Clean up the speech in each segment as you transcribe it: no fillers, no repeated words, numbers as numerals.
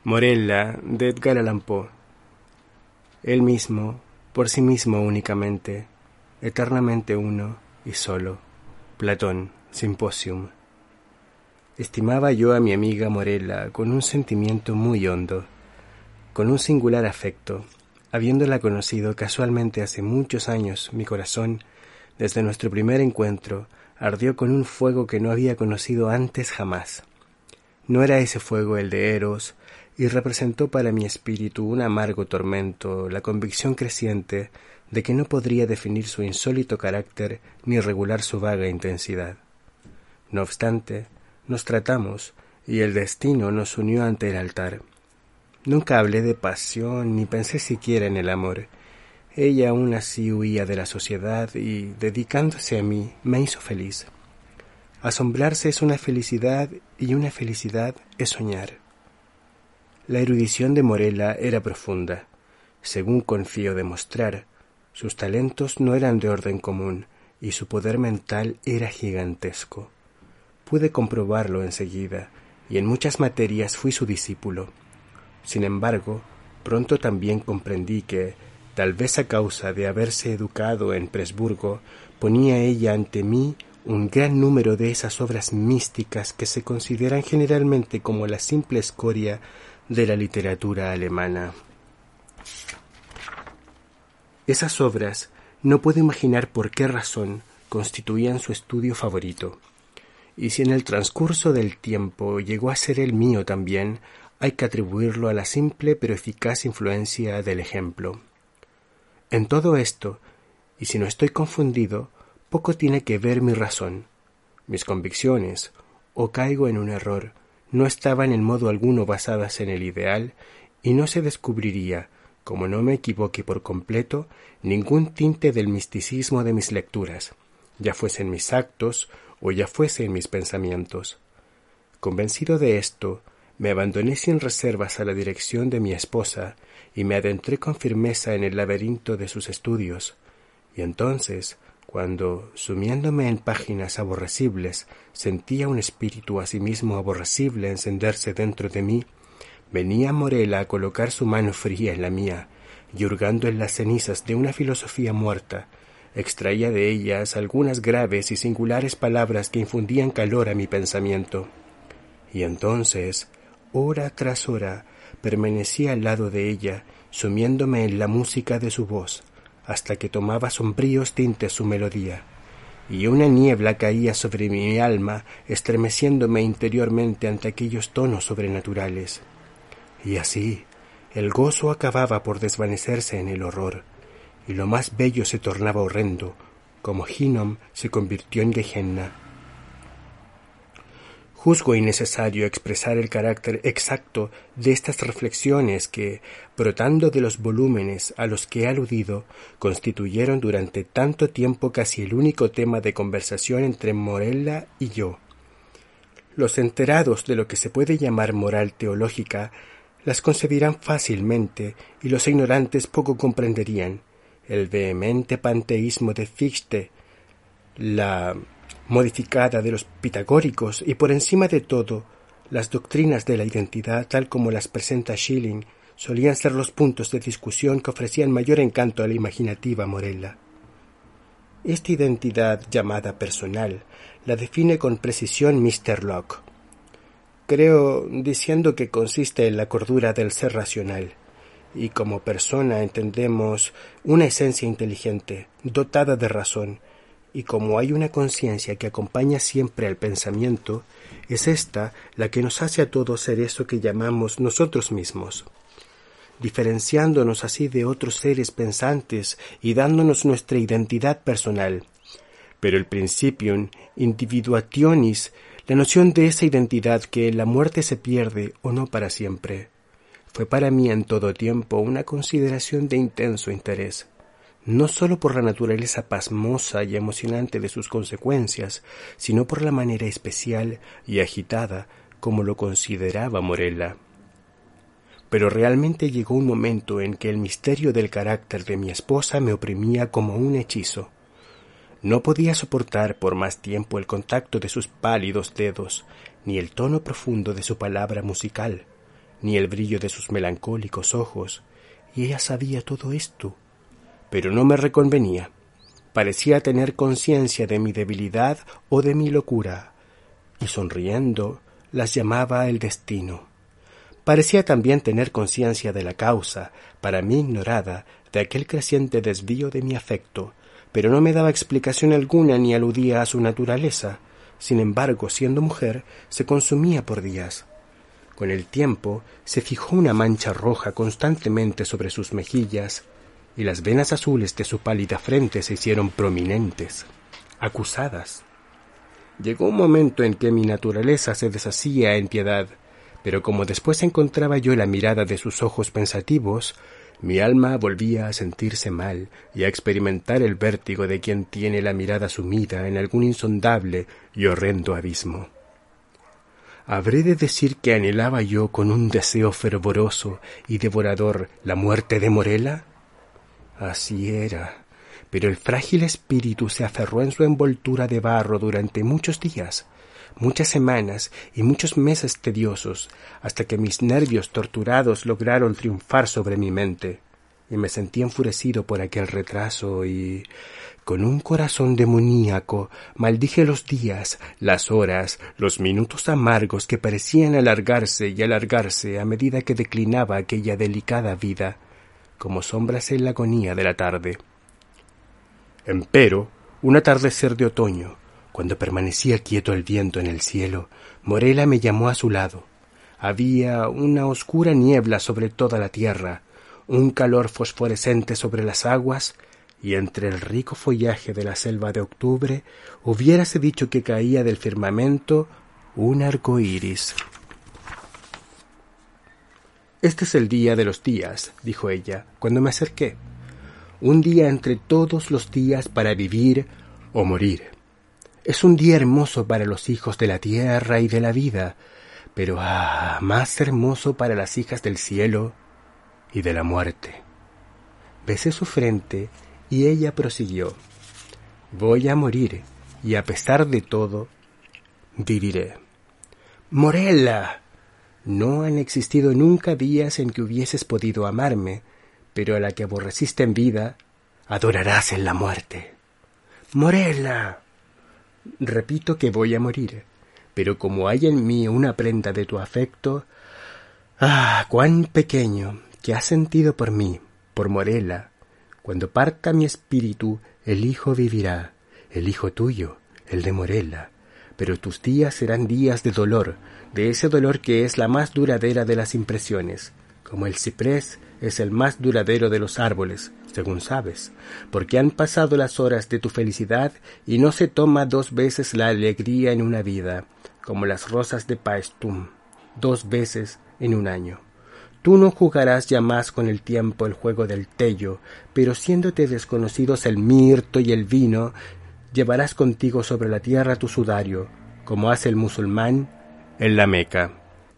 Morella, de Edgar Allan Poe. Él mismo, por sí mismo únicamente, eternamente uno y solo. Platón, Simposium. Estimaba yo a mi amiga Morella con un sentimiento muy hondo, con un singular afecto. Habiéndola conocido casualmente hace muchos años, mi corazón, desde nuestro primer encuentro, ardió con un fuego que no había conocido antes jamás. No era ese fuego el de Eros, y representó para mi espíritu un amargo tormento, la convicción creciente de que no podría definir su insólito carácter ni regular su vaga intensidad. No obstante, nos tratamos, y el destino nos unió ante el altar. Nunca hablé de pasión, ni pensé siquiera en el amor. Ella aún así huía de la sociedad y, dedicándose a mí, me hizo feliz. Asombrarse es una felicidad y una felicidad es soñar. La erudición de Morella era profunda. Según confío demostrar, sus talentos no eran de orden común y su poder mental era gigantesco. Pude comprobarlo enseguida y en muchas materias fui su discípulo. Sin embargo, pronto también comprendí que, tal vez a causa de haberse educado en Presburgo, ponía ella ante mí un gran número de esas obras místicas que se consideran generalmente como la simple escoria de la literatura alemana. Esas obras, no puedo imaginar por qué razón, constituían su estudio favorito. Y si en el transcurso del tiempo llegó a ser el mío también, hay que atribuirlo a la simple pero eficaz influencia del ejemplo. En todo esto, y si no estoy confundido, poco tiene que ver mi razón. Mis convicciones, o caigo en un error, no estaban en modo alguno basadas en el ideal, y no se descubriría, como no me equivoque por completo, ningún tinte del misticismo de mis lecturas, ya fuese en mis actos o ya fuese en mis pensamientos. Convencido de esto, me abandoné sin reservas a la dirección de mi esposa y me adentré con firmeza en el laberinto de sus estudios, y entonces, cuando, sumiéndome en páginas aborrecibles, sentía un espíritu asimismo aborrecible encenderse dentro de mí, venía Morella a colocar su mano fría en la mía, y hurgando en las cenizas de una filosofía muerta, extraía de ellas algunas graves y singulares palabras que infundían calor a mi pensamiento. Y entonces, hora tras hora, permanecía al lado de ella, sumiéndome en la música de su voz, hasta que tomaba sombríos tintes su melodía, y una niebla caía sobre mi alma, estremeciéndome interiormente ante aquellos tonos sobrenaturales. Y así, el gozo acababa por desvanecerse en el horror, y lo más bello se tornaba horrendo, como Hinnom se convirtió en Gehenna. Juzgo innecesario expresar el carácter exacto de estas reflexiones que, brotando de los volúmenes a los que he aludido, constituyeron durante tanto tiempo casi el único tema de conversación entre Morella y yo. Los enterados de lo que se puede llamar moral teológica las concebirán fácilmente y los ignorantes poco comprenderían el vehemente panteísmo de Fichte, la modificada de los pitagóricos y por encima de todo las doctrinas de la identidad tal como las presenta Schelling solían ser los puntos de discusión que ofrecían mayor encanto a la imaginativa Morella. Esta identidad llamada personal la define con precisión Mr. Locke. Creo diciendo que consiste en la cordura del ser racional, y como persona entendemos una esencia inteligente, dotada de razón, y como hay una conciencia que acompaña siempre al pensamiento, es ésta la que nos hace a todos ser eso que llamamos nosotros mismos, diferenciándonos así de otros seres pensantes y dándonos nuestra identidad personal. Pero el principium individuationis, la noción de esa identidad que en la muerte se pierde o no para siempre, fue para mí en todo tiempo una consideración de intenso interés, no sólo por la naturaleza pasmosa y emocionante de sus consecuencias, sino por la manera especial y agitada como lo consideraba Morella. Pero realmente llegó un momento en que el misterio del carácter de mi esposa me oprimía como un hechizo. No podía soportar por más tiempo el contacto de sus pálidos dedos, ni el tono profundo de su palabra musical. ni el brillo de sus melancólicos ojos, y ella sabía todo esto, pero no me reconvenía. Parecía tener conciencia de mi debilidad o de mi locura, y sonriendo las llamaba el destino. Parecía también tener conciencia de la causa, para mí ignorada, de aquel creciente desvío de mi afecto, pero no me daba explicación alguna ni aludía a su naturaleza. Sin embargo, siendo mujer, se consumía por días. Con el tiempo se fijó una mancha roja constantemente sobre sus mejillas, y las venas azules de su pálida frente se hicieron prominentes, acusadas. Llegó un momento en que mi naturaleza se deshacía en piedad, pero como después encontraba yo la mirada de sus ojos pensativos, mi alma volvía a sentirse mal y a experimentar el vértigo de quien tiene la mirada sumida en algún insondable y horrendo abismo. ¿Habré de decir que anhelaba yo con un deseo fervoroso y devorador la muerte de Morela? Así era, pero el frágil espíritu se aferró en su envoltura de barro durante muchos días, muchas semanas y muchos meses tediosos, hasta que mis nervios torturados lograron triunfar sobre mi mente, y me sentí enfurecido por aquel retraso y, con un corazón demoníaco, maldije los días, las horas, los minutos amargos que parecían alargarse y alargarse a medida que declinaba aquella delicada vida, como sombras en la agonía de la tarde. Empero, un atardecer de otoño, cuando permanecía quieto el viento en el cielo, Morela me llamó a su lado. Había una oscura niebla sobre toda la tierra, un calor fosforescente sobre las aguas, y entre el rico follaje de la selva de octubre hubiérase dicho que caía del firmamento un arco iris. «Este es el día de los días», dijo ella, cuando me acerqué. «Un día entre todos los días para vivir o morir. Es un día hermoso para los hijos de la tierra y de la vida, pero más hermoso para las hijas del cielo y de la muerte». Besé su frente y ella prosiguió. «Voy a morir, y a pesar de todo, viviré». «Morela, no han existido nunca días en que hubieses podido amarme, pero a la que aborreciste en vida, adorarás en la muerte». «Morela, repito que voy a morir, pero como hay en mí una prenda de tu afecto, cuán pequeño, que has sentido por mí, por Morela, cuando parta mi espíritu, el hijo vivirá, el hijo tuyo, el de Morela, pero tus días serán días de dolor, de ese dolor que es la más duradera de las impresiones, como el ciprés es el más duradero de los árboles, según sabes, porque han pasado las horas de tu felicidad y no se toma 2 veces la alegría en una vida, como las rosas de Paestum, 2 veces en un año. Tú no jugarás ya más con el tiempo el juego del tello, pero siéndote desconocidos el mirto y el vino, llevarás contigo sobre la tierra tu sudario, como hace el musulmán en la Meca.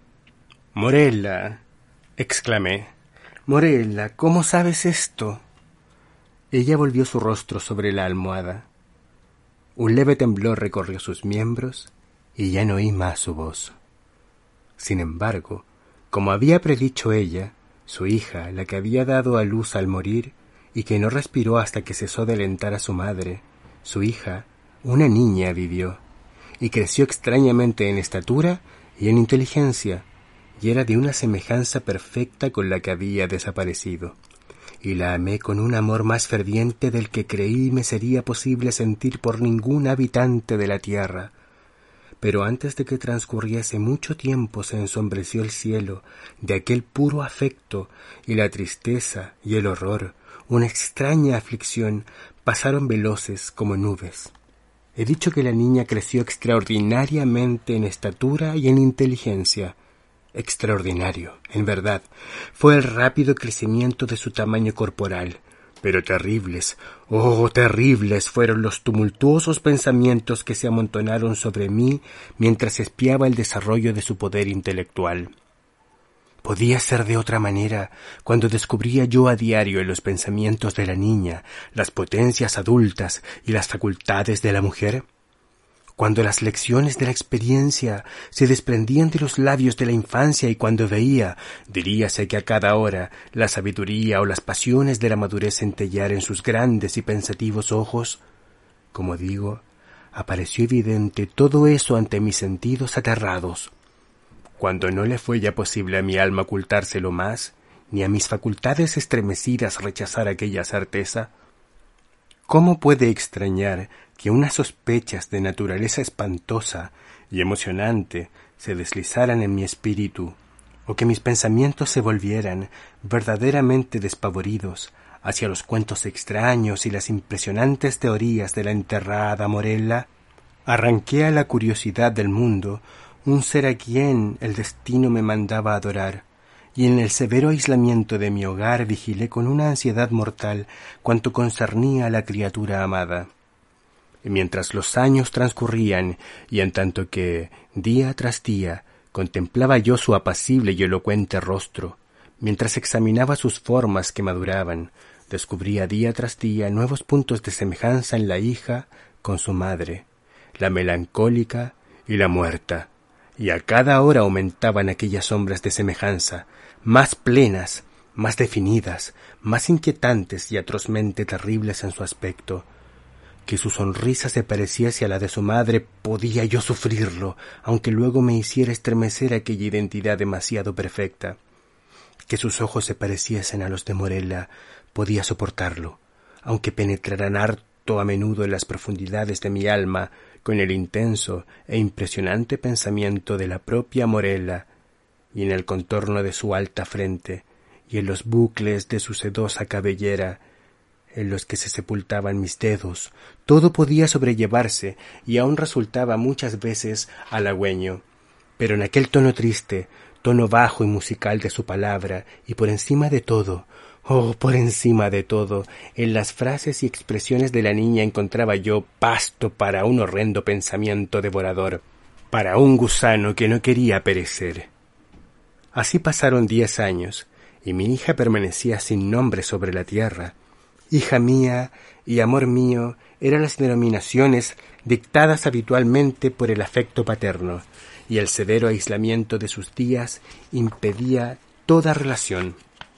«Morela», exclamé, «Morela, ¿cómo sabes esto?» Ella volvió su rostro sobre la almohada. Un leve temblor recorrió sus miembros y ya no oí más su voz. Sin embargo, como había predicho ella, su hija, la que había dado a luz al morir y que no respiró hasta que cesó de alentar a su madre, su hija, una niña, vivió, y creció extrañamente en estatura y en inteligencia, y era de una semejanza perfecta con la que había desaparecido, y la amé con un amor más ferviente del que creí me sería posible sentir por ningún habitante de la tierra. Pero antes de que transcurriese mucho tiempo se ensombreció el cielo de aquel puro afecto, y la tristeza y el horror, una extraña aflicción, pasaron veloces como nubes. He dicho que la niña creció extraordinariamente en estatura y en inteligencia. Extraordinario, en verdad, fue el rápido crecimiento de su tamaño corporal, pero terribles, terribles fueron los tumultuosos pensamientos que se amontonaron sobre mí mientras espiaba el desarrollo de su poder intelectual. ¿Podía ser de otra manera cuando descubría yo a diario en los pensamientos de la niña las potencias adultas y las facultades de la mujer? cuando las lecciones de la experiencia se desprendían de los labios de la infancia y cuando veía, diríase que a cada hora, la sabiduría o las pasiones de la madurez centellar en sus grandes y pensativos ojos, como digo, apareció evidente todo eso ante mis sentidos aterrados. Cuando no le fue ya posible a mi alma ocultárselo más, ni a mis facultades estremecidas rechazar aquella certeza, ¿cómo puede extrañar que unas sospechas de naturaleza espantosa y emocionante se deslizaran en mi espíritu, o que mis pensamientos se volvieran verdaderamente despavoridos hacia los cuentos extraños y las impresionantes teorías de la enterrada Morella? Arranqué a la curiosidad del mundo un ser a quien el destino me mandaba adorar, y en el severo aislamiento de mi hogar vigilé con una ansiedad mortal cuanto concernía a la criatura amada. Y mientras los años transcurrían, y en tanto que, día tras día, contemplaba yo su apacible y elocuente rostro, mientras examinaba sus formas que maduraban, descubría día tras día nuevos puntos de semejanza en la hija con su madre, la melancólica y la muerta, y a cada hora aumentaban aquellas sombras de semejanza, más plenas, más definidas, más inquietantes y atrozmente terribles en su aspecto. Que su sonrisa se pareciese a la de su madre podía yo sufrirlo, aunque luego me hiciera estremecer aquella identidad demasiado perfecta. Que sus ojos se pareciesen a los de Morella podía soportarlo, aunque penetraran harto a menudo en las profundidades de mi alma con el intenso e impresionante pensamiento de la propia Morella, y en el contorno de su alta frente, y en los bucles de su sedosa cabellera, en los que se sepultaban mis dedos, todo podía sobrellevarse, y aun resultaba muchas veces halagüeño, pero en aquel tono triste, tono bajo y musical de su palabra, y por encima de todo, oh, por encima de todo, en las frases y expresiones de la niña encontraba yo pasto para un horrendo pensamiento devorador, para un gusano que no quería perecer. Así pasaron 10 años, y mi hija permanecía sin nombre sobre la tierra. Hija mía y amor mío eran las denominaciones dictadas habitualmente por el afecto paterno, y el severo aislamiento de sus días impedía toda relación.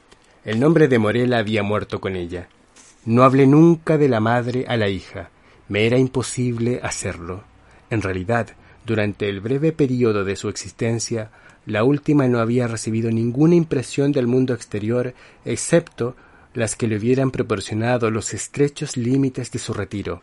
El nombre de Morella había muerto con ella. No hablé nunca de la madre a la hija. Me era imposible hacerlo. En realidad, durante el breve período de su existencia, la última no había recibido ninguna impresión del mundo exterior, excepto las que le hubieran proporcionado los estrechos límites de su retiro.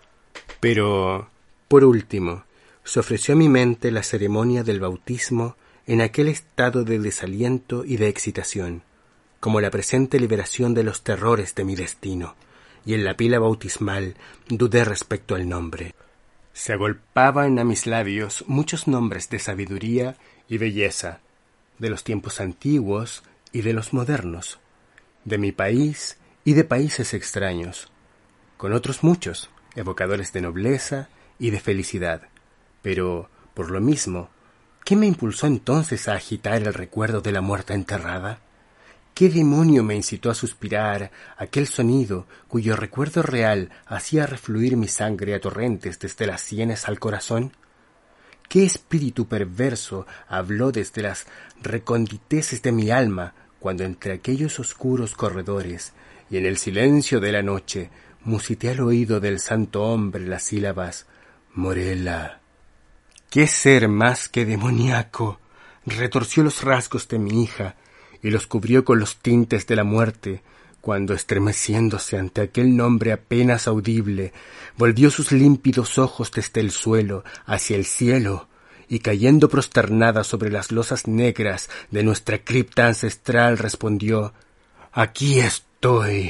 Pero, por último, se ofreció a mi mente la ceremonia del bautismo en aquel estado de desaliento y de excitación, como la presente liberación de los terrores de mi destino, y en la pila bautismal dudé respecto al nombre. Se agolpaban a mis labios muchos nombres de sabiduría y belleza, de los tiempos antiguos y de los modernos, de mi país y de países extraños, con otros muchos, evocadores de nobleza y de felicidad. Pero, por lo mismo, ¿qué me impulsó entonces a agitar el recuerdo de la muerta enterrada? ¿Qué demonio me incitó a suspirar aquel sonido cuyo recuerdo real hacía refluir mi sangre a torrentes desde las sienes al corazón? ¿Qué espíritu perverso habló desde las recónditeces de mi alma cuando entre aquellos oscuros corredores y en el silencio de la noche musité al oído del santo hombre las sílabas Morella? ¿Qué ser más que demoníaco retorció los rasgos de mi hija y los cubrió con los tintes de la muerte, cuando, estremeciéndose ante aquel nombre apenas audible, volvió sus límpidos ojos desde el suelo hacia el cielo, y cayendo prosternada sobre las losas negras de nuestra cripta ancestral, respondió: «Aquí estoy».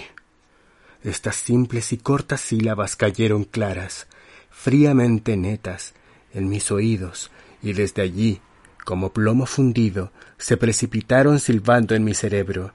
Estas simples y cortas sílabas cayeron claras, fríamente netas, en mis oídos, y desde allí, como plomo fundido, se precipitaron silbando en mi cerebro.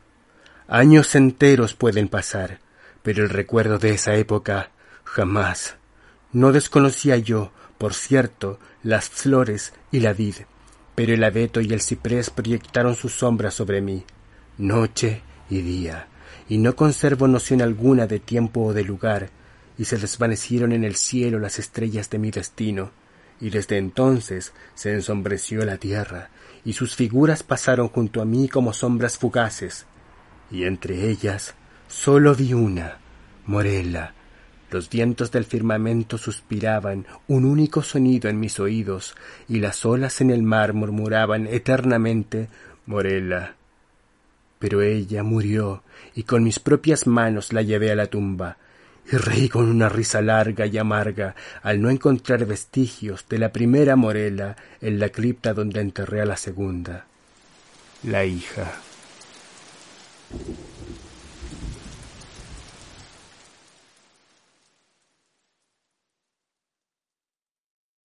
Años enteros pueden pasar, pero el recuerdo de esa época jamás. No desconocía yo, por cierto, las flores y la vid, pero el abeto y el ciprés proyectaron sus sombras sobre mí, noche y día, y no conservo noción alguna de tiempo o de lugar, y se desvanecieron en el cielo las estrellas de mi destino, y desde entonces se ensombreció la tierra, y sus figuras pasaron junto a mí como sombras fugaces, y entre ellas sólo vi una, Morella. Los vientos del firmamento suspiraban un único sonido en mis oídos, y las olas en el mar murmuraban eternamente Morella. Pero ella murió, y con mis propias manos la llevé a la tumba, y reí con una risa larga y amarga al no encontrar vestigios de la primera Morella en la cripta donde enterré a la segunda, la hija.